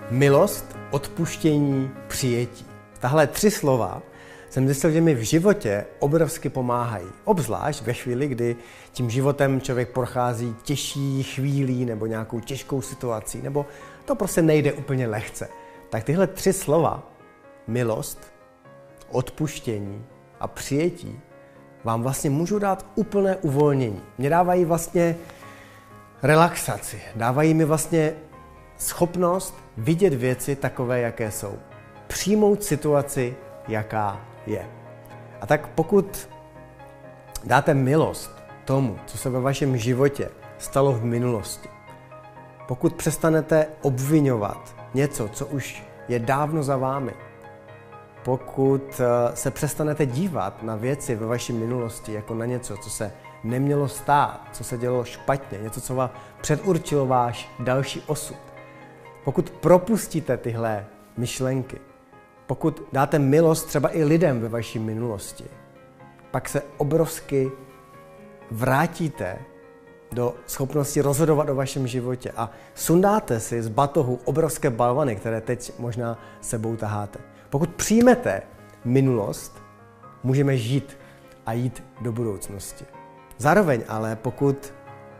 Milost, odpuštění, přijetí. Tahle 3 slova jsem zjistil, že mi v životě obrovsky pomáhají. Obzvlášť ve chvíli, kdy tím životem člověk prochází těžší chvílí nebo nějakou těžkou situací, nebo to prostě nejde úplně lehce. Tak tyhle 3 slova, milost, odpuštění a přijetí, vám vlastně můžou dát úplné uvolnění. Mě dávají vlastně relaxaci, dávají mi vlastně schopnost vidět věci takové, jaké jsou. Přijmout situaci, jaká je. A tak pokud dáte milost tomu, co se ve vašem životě stalo v minulosti, pokud přestanete obviňovat něco, co už je dávno za vámi, pokud se přestanete dívat na věci ve vaší minulosti jako na něco, co se nemělo stát, co se dělo špatně, něco, co vám předurčilo váš další osud, pokud propustíte tyhle myšlenky, pokud dáte milost třeba i lidem ve vaší minulosti, pak se obrovsky vrátíte do schopnosti rozhodovat o vašem životě a sundáte si z batohu obrovské balvany, které teď možná sebou taháte. Pokud přijmete minulost, můžeme žít a jít do budoucnosti. Zároveň ale pokud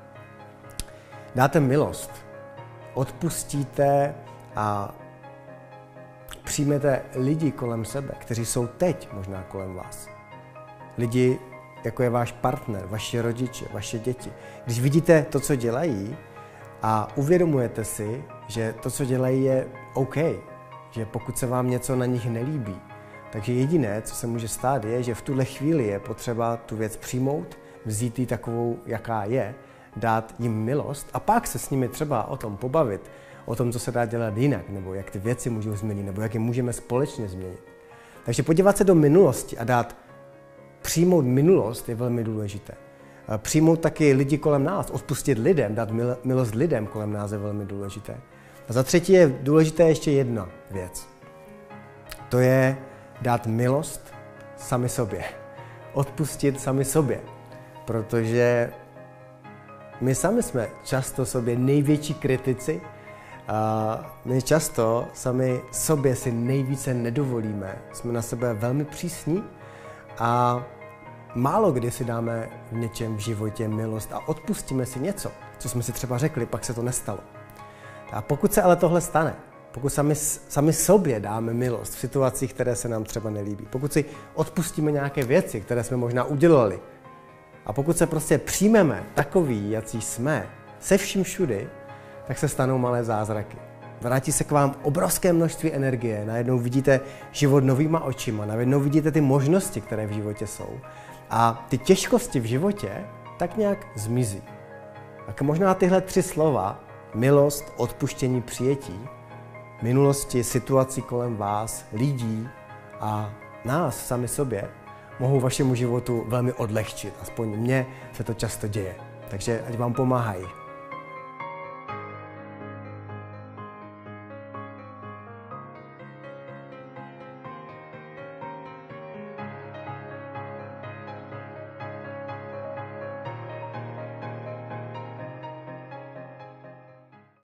dáte milost, odpustíte a přijmete lidi kolem sebe, kteří jsou teď možná kolem vás. Lidi, jako je váš partner, vaši rodiče, vaše děti. Když vidíte to, co dělají a uvědomujete si, že to, co dělají, je OK, že pokud se vám něco na nich nelíbí, takže jediné, co se může stát, je, že v tuhle chvíli je potřeba tu věc přijmout, vzít ji takovou, jaká je, dát jim milost a pak se s nimi třeba o tom pobavit, o tom, co se dá dělat jinak, nebo jak ty věci můžou změnit, nebo jak je můžeme společně změnit. Takže podívat se do minulosti a přijmout minulost je velmi důležité. Přijmout taky lidi kolem nás, odpustit lidem, dát milost lidem kolem nás je velmi důležité. A za třetí je důležité ještě jedna věc. To je dát milost sami sobě. Odpustit sami sobě. Protože my sami jsme často sobě největší kritici a my často sami sobě si nejvíce nedovolíme. Jsme na sebe velmi přísní a málo kdy si dáme v něčem v životě milost a odpustíme si něco, co jsme si třeba řekli, pak se to nestalo. A pokud se ale tohle stane, pokud sami sobě dáme milost v situacích, které se nám třeba nelíbí, pokud si odpustíme nějaké věci, které jsme možná udělali, a pokud se prostě přijmeme takový, jací jsme, se vším všudy, tak se stanou malé zázraky. Vrátí se k vám obrovské množství energie, najednou vidíte život novýma očima, najednou vidíte ty možnosti, které v životě jsou. A ty těžkosti v životě tak nějak zmizí. Tak možná tyhle 3 slova, milost, odpuštění, přijetí, minulosti, situací kolem vás, lidí a nás sami sobě, mohou vašemu životu velmi odlehčit. Aspoň mně se to často děje. Takže ať vám pomáhají.